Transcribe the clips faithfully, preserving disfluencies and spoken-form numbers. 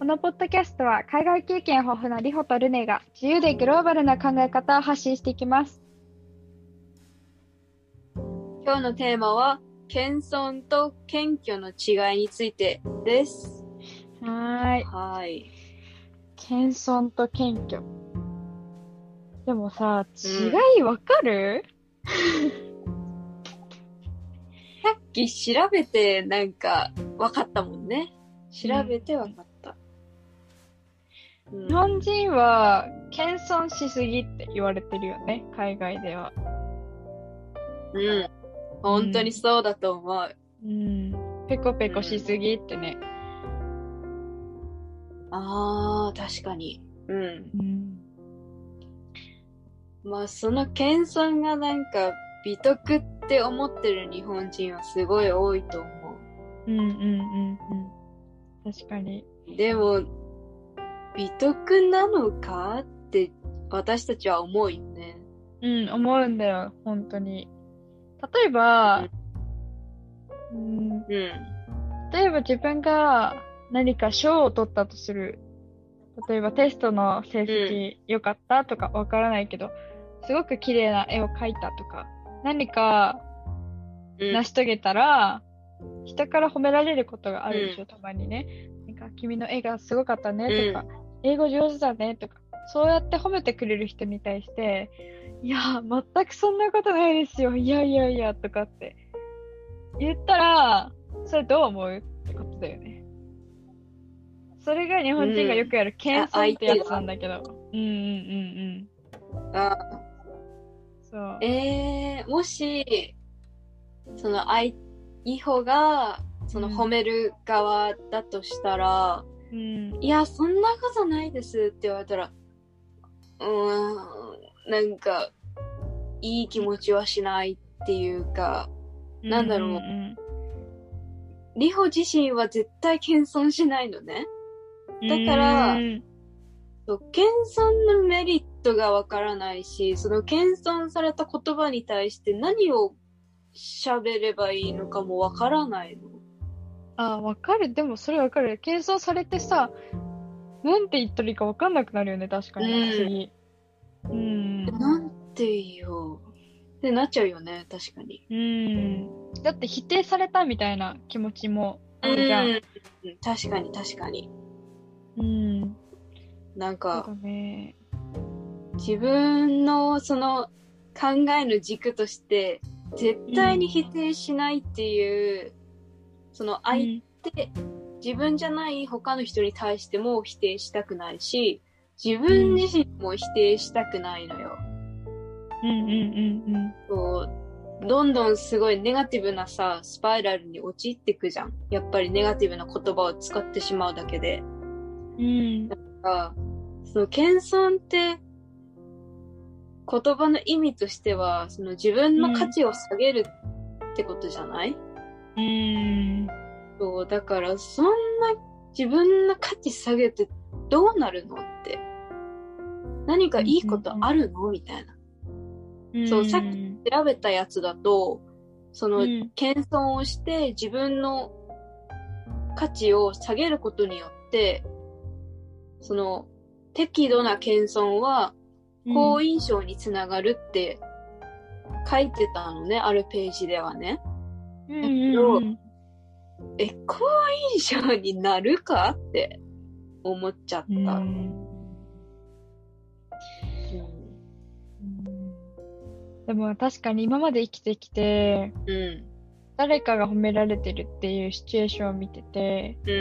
このポッドキャストは海外経験豊富なリホとルネが自由でグローバルな考え方を発信していきます。 今日のテーマは謙遜と謙虚の違いについてです。 はーい。 はい。 謙遜と謙虚。でもさ、違いわかる？ うん、さっき調べてなんかわかったもんね。調べてわかった。 うん、日本人は謙遜しすぎって言われてるよね、海外では。 うん。本当にそうだと思う。 うん。ペコペコしすぎってね。 うん、ああ、確かに。うん。うん、まあ、その謙遜がなんか美徳って思ってる日本人はすごい多いと思う。 うんうんうんうん。確かに。 でも、美徳なのかって私たちは思うよね。 うん、思うんだよ、本当に。例えば、うん、うん、例えば自分が何か賞を取ったとする。例えばテストの成績良かったとかわからないけど、すごく綺麗な絵を描いたとか、何か成し遂げたら、うん、人から褒められることがあるでしょ、うん、たまにね。なんか君の絵がすごかったねとか、うん、英語上手だねとか、そうやって褒めてくれる人に対して、いや、全くそんなことないですよ。いやいやいや、とかって言ったら、それどう思うってことだよね。それが日本人がよくやる謙遜ってやつなんだけど。うんうんうんうん。 あそう。 えー、もし、その相、イホが、その褒める側だとしたら、うん、いや、そんなことないですって言われたら、うーん、なんか、いい気持ちはしないっていうか、うん、なんだろう、うんうん、リホ自身は絶対謙遜しないのね。だから、そう謙遜のメリットがわからないし、その謙遜された言葉に対して何を喋ればいいのかもわからないの。 あ、わかる。でもそれわかる。謙遜されてさ、なんて言ったらいいかわかんなくなるよね、確かに。うん、次。 うん。なんて言おう。ってなっちゃうよね、確かに。 うん。だって否定されたみたいな気持ちもあるじゃん。うん、 確かに確かに。 うん。 なんか、 そうだね、 自分のその考えの軸として絶対に否定しないっていう、うん、その相手、うん、自分じゃない他の人に対しても否定したくないし、自分自身も否定したくないのよ。 うんうんうんうん。 そうどんどんすごいネガティブなさ、スパイラルに陥っていくじゃん。やっぱりネガティブな言葉を使ってしまうだけで。 うん。 なんか、その謙遜って言葉の意味としては、その自分の価値を下げるってことじゃない？ うん。 そうだからそんな自分の価値下げてどうなるのって、何かいいことあるの、うん、みたいな。そう、さっき調べたやつだと、その、謙遜をして自分の価値を下げることによって、その、適度な謙遜は、好印象につながるって書いてたのね、うん、あるページではね。だけど、え、好印象になるかって思っちゃった。うんでも確かに今まで生きてきて、うん、誰かが褒められてるっていうシチュエーションを見てて、うん、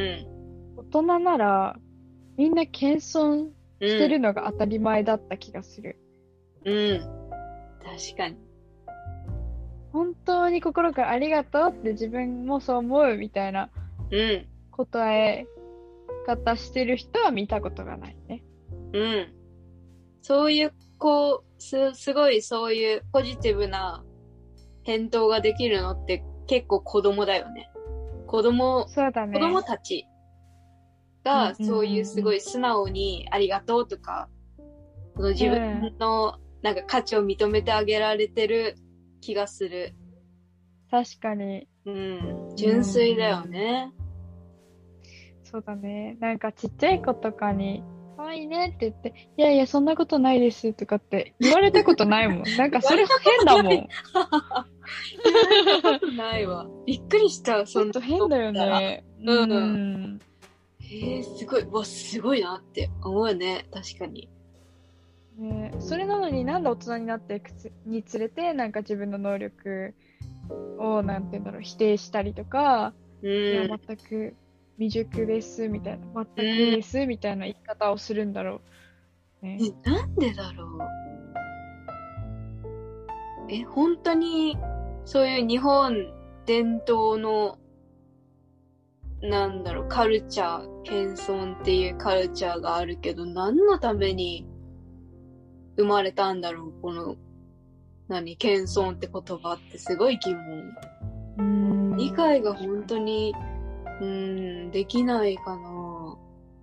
大人ならみんな謙遜してるのが当たり前だった気がする。 うん、うん、確かに。 本当に心からありがとうって自分もそう思うみたいな答え方してる人は見たことがないね。 うん。そういうこうす、すごいそういうポジティブな返答ができるのって結構子供だよね。子供、 そうだね。 子供たちがそういうすごい素直にありがとうとか、その自分のなんか価値を認めてあげられてる気がする。 確かに。 うん。純粋だよね。 そうだね。なんかちっちゃい子とかに、可愛いねって言って、いやいや、そんなことないですとかって言われたことないもん。なんかそれ変だもん。 言われたことないわ。びっくりした。 ちょっと変だよね。 うん。 うん。 へえ、すごい。わ、すごいなって思うね。確かに。 ね、それなのになんで大人になっていくにつれて、なんか自分の能力を、なんていうんだろう、否定したりとか、 うん、 いや、全く未熟ですみたいな、全くですみたいな言い方をするんだろう。ね、 え、なんでだろう。え、本当に、そういう日本伝統の、なんだろう、カルチャー、謙遜っていうカルチャーがあるけど、何のために生まれたんだろう、この、何、謙遜って言葉ってすごい疑問。 うーん、 理解が本当に、うーん、できないかな。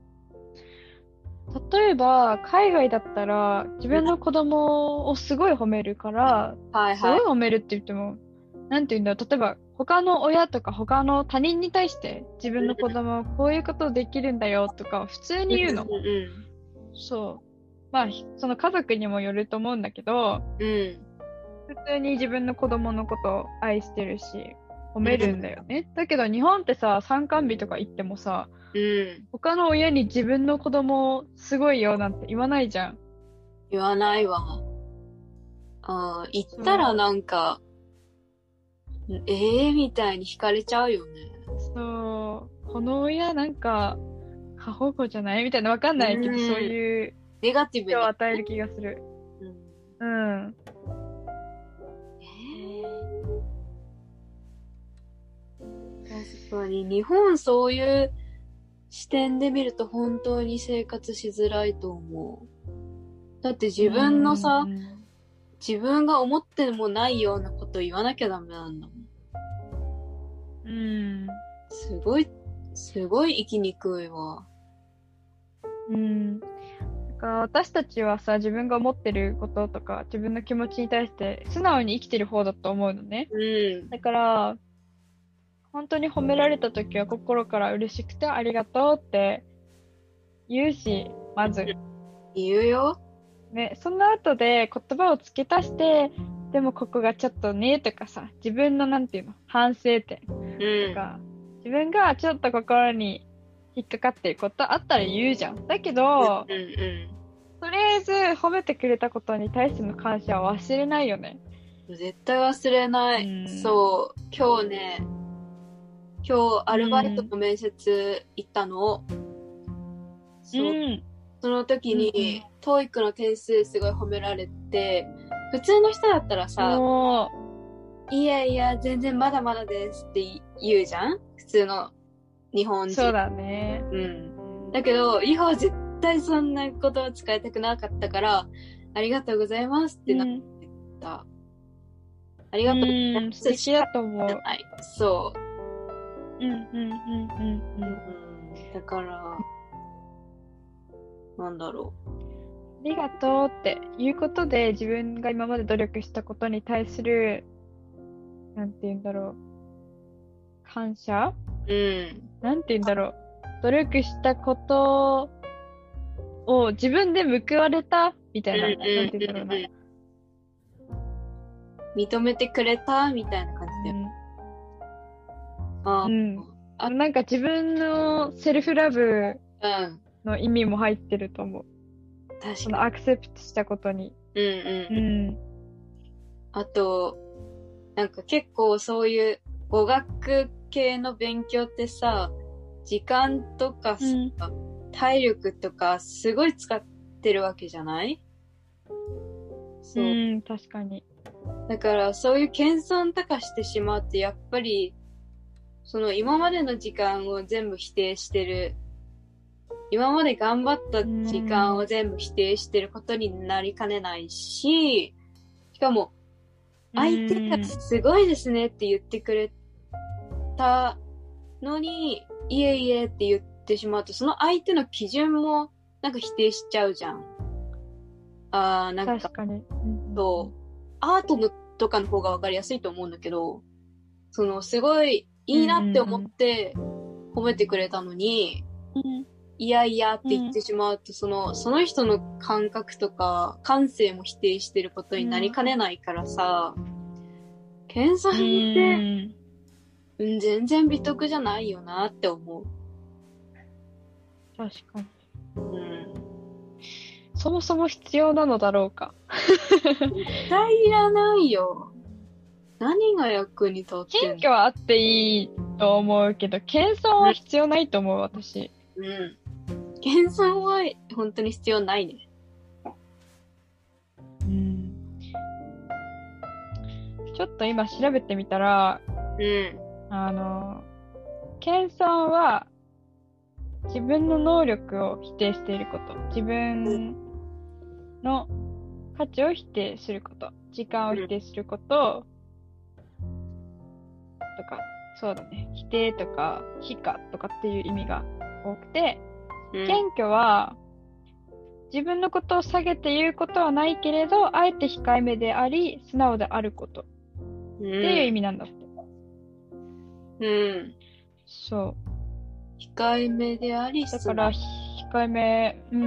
例えば、海外だったら、自分の子供をすごい褒めるから、 はいすごはいい褒めるって言っても、なんて言うんだろう、例えば、他の親とか他の他人に対して、自分の子供こういうことできるんだよとか、普通に言うの。 うんうんそう。まあ、その家族にもよると思うんだけど、 うん。うん。 普通に自分の子供のことを愛してるし、褒めるんだよね。だけど日本ってさ、参観日とか行ってもさ、 うん。 他の親に自分の子供すごいよなんて言わないじゃん。 言わないわ。ああ、言ったらなんか、ええー、みたいに惹かれちゃうよね。 そう、この親なんか、過保護じゃないみたいなわかんないけど、 うんそういうネガティブに。 を与える気がする。 うん。 うん。 えー、確かに、日本そういう視点で見ると本当に生活しづらいと思う。だって自分のさ、 うん、 自分が思ってもないようなこと言わなきゃダメなんだもん。 うん。 すごい、すごい生きにくいわ。 うん。だから私たちはさ、自分が思ってることとか、自分の気持ちに対して素直に生きてる方だと思うのね。 うん。 だから、本当に褒められた時は心から嬉しくてありがとうって言うし、まず。 言うよ。 ね、その後で言葉を付け足して、でもここがちょっとね、とかさ、自分のなんていうの、反省点とか、うん、自分がちょっと心に引っかかってることあったら言うじゃん。だけど、 うんうん、 とりあえず褒めてくれたことに対しての感謝は忘れないよね。 絶対忘れない。うん、そう、今日ね、今日アルバイトの面接行ったの。うん、そう。うんその時に、トーイックの点数すごい褒められて、普通の人だったらさ、いやいや、全然まだまだですって言うじゃん普通の日本人。 そうだね。 うん。だけど、以後絶対そんなことを使いたくなかったから、ありがとうございますってなった。うん、ありがとうございます。 素敵だと思う。 そう。 うんうんうんうんうん。 うん、だから、なんだろう。 ありがとうっていうことで自分が今まで努力したことに対する、なんて言うんだろう。感謝？ うん。 なんて言うんだろう。努力したことを自分で報われたみたいな。うんうんうんうん、なんて言うんだろうな。 認めてくれたみたいな感じで。うん、 あ、うん。あ、なんか自分のセルフラブ、うんの意味も入ってると思う。 確かに。 そのアクセプトしたことに。 うんうん。うん。あと、なんか結構そういう語学系の勉強ってさ、時間とかさ、うん、体力とかすごい使ってるわけじゃない？ そう。うん、確かに。 だからそういう謙遜とかしてしまうとやっぱり、その今までの時間を全部否定してる。今まで頑張った時間を全部否定してることになりかねないし、しかも、相手がすごいですねって言ってくれたのに、いえいえって言ってしまうと、その相手の基準もなんか否定しちゃうじゃん。あー、なんか、 確かに。 そう、アートのとかの方がわかりやすいと思うんだけど、そのすごいいいなって思って褒めてくれたのに、 いやいやって言ってしまうと、うん、その、その人の感覚とか感性も否定してることになりかねないからさ、うん、謙遜って、うん、全然美徳じゃないよなって思う。 確かに。 うん。 そもそも必要なのだろうか。 絶対いらないよ。何が役に立ってんの？ 謙虚はあっていいと思うけど、謙遜は必要ないと思う、私。 うん。謙遜は本当に必要ないね。 うん。ちょっと今調べてみたら、 うん。 あの、謙遜は自分の能力を否定していること。自分の価値を否定すること。時間を否定すること。とか、そうだね。否定とか、非可とかっていう意味が多くて、うん、謙虚は、自分のことを下げて言うことはないけれど、あえて控えめであり、素直であること。っていう意味なんだって。 うん。 そう。 控えめであり、 だから、控えめ、うん。うん。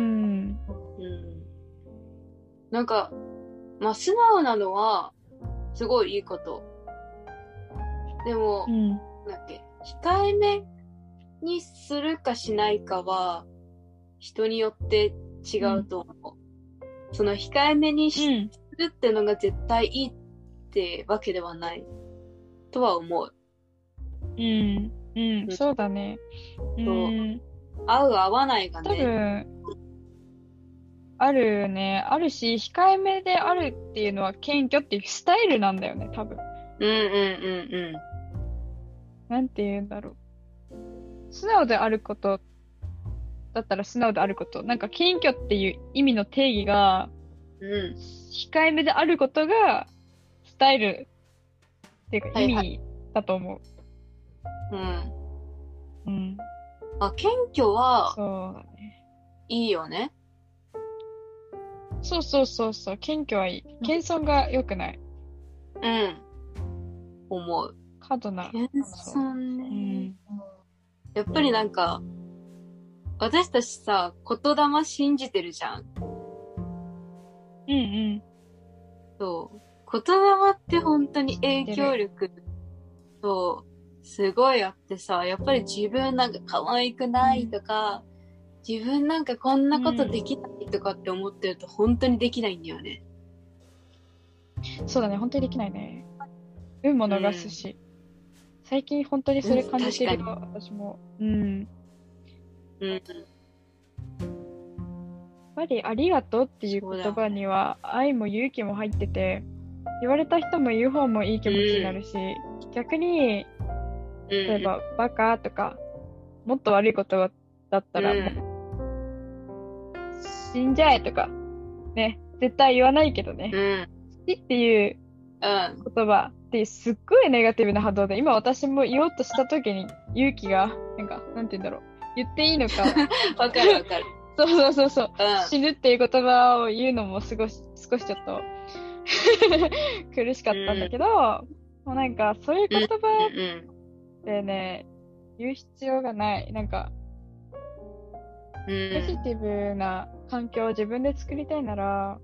なんか、まあ、素直なのは、すごいいいこと。でも、うん、なんだっけ、控えめにするかしないかは、人によって違うと思う。うん、その控えめにするってのが絶対いいってわけではない。とは思う。 うん。うん、うん、そうだね。 そう。うん、合う合わないがね。 多分、あるね。あるし、控えめであるっていうのは謙虚っていうスタイルなんだよね、多分。 うんうんうんうん。 なんて言うんだろう。素直であることだったら素直であること。なんか謙虚っていう意味の定義が、 うん、 控えめであることがスタイルっていうか意味だと思う。 はいはい、 うん。うん。 あ、謙虚は、 そうだね。 いいよね。 そうそうそうそう。謙虚はいい。謙遜が良くない。 うん。思う。 過度な。 謙遜ね、うん。やっぱりなんか、私たちさ、言霊信じてるじゃん。 うんうん。 そう。言霊って本当に影響力、そう、すごいあってさ、やっぱり自分なんか可愛くないとか、うん、自分なんかこんなことできないとかって思ってると本当にできないんだよね。 そうだね、本当にできないね。運も逃すし。うん、最近本当にそれ感じてるよ、うん、私も。うん。うん。やっぱりありがとうっていう言葉には愛も勇気も入ってて、言われた人も言う方もいい気持ちになるし、うん、逆に、例えば、うん、バカとか、もっと悪い言葉だったら、もう、うん、死んじゃえとか、ね、絶対言わないけどね。うん、好きっていう言葉っていうすっごいネガティブな波動で、今私も言おうとした時に勇気が、なんか、なんて言うんだろう。言っていいのか。 わかるわかる。 そうそうそうそう、うん。死ぬっていう言葉を言うのもすごい、少しちょっと苦しかったんだけど、うん、もうなんかそういう言葉ってね、うん、言う必要がない。なんか、うん、ポジティブな環境を自分で作りたいなら、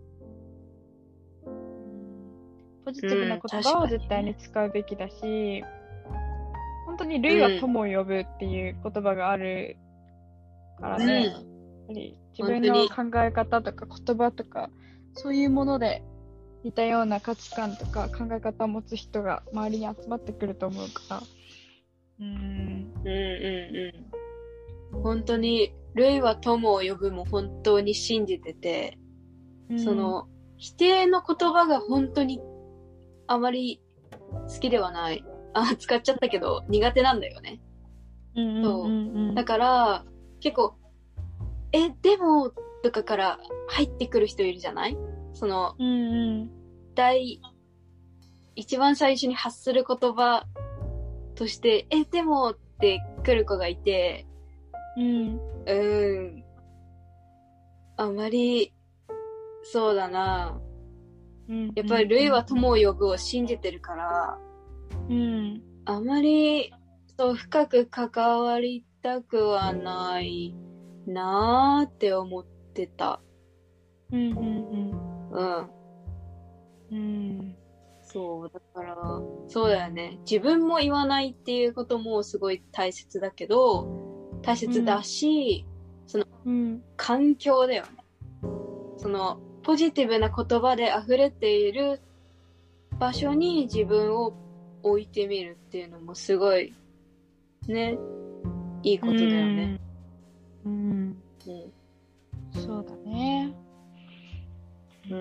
ポジティブな言葉を絶対に使うべきだし、うんね、本当に類は友を呼ぶっていう言葉があるからね、うん、やっぱり自分の考え方とか言葉とかそういうもので似たような価値観とか考え方を持つ人が周りに集まってくると思うから、うーん、うんうんうん、本当に類は友を呼ぶも本当に信じてて、うん、その否定の言葉が本当にあまり好きではない。あ、使っちゃったけど苦手なんだよね。 うんうんうんうん、 そう。だから結構えでもとかから入ってくる人いるじゃない？その、 うんうん、 第一番最初に発する言葉としてえでもって来る子がいて、 うん、 うーん、あまりそうだな。やっぱり類は友を呼ぶを信じてるから、 うん、 あまりそう深く関わりたくはないなーって思ってた。 うんうんうん。 うん。 うん。 そう、だから、そうだよね。自分も言わないっていうこともすごい大切だけど、大切だし、うん、その、うん、環境だよね。その、ポジティブな言葉で溢れている場所に自分を置いてみるっていうのもすごい、ね、いいことだよね。 うん。うん。うん、そうだね。うん。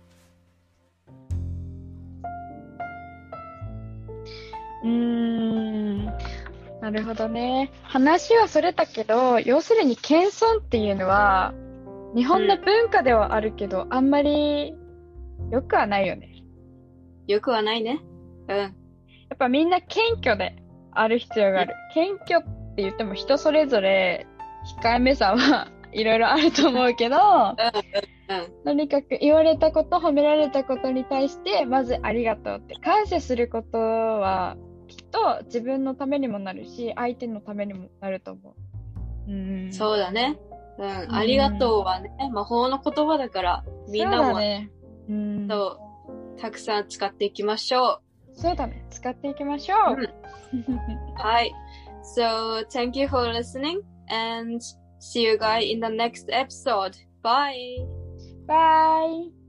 うーん、なるほどね。話はそれたけど、要するに謙遜っていうのは、日本の文化ではあるけど、うん、あんまり良くはないよね。 良くはないね。うん。やっぱみんな謙虚である必要がある。謙虚って言っても人それぞれ控えめさはいろいろあると思うけど、うんうんうん、とにかく言われたこと、褒められたことに対して、まずありがとうって感謝することは、きっと自分のためにもなるし、相手のためにもなると思う。うん、 そうだね。うん、ありがとうはね、魔法の言葉だから、みんなも、 ね、うん、 そう、たくさん使っていきましょう。 そうだね。使っていきましょう。うん、 はい。So, thank you for listening and see you guys in the next episode. Bye! Bye!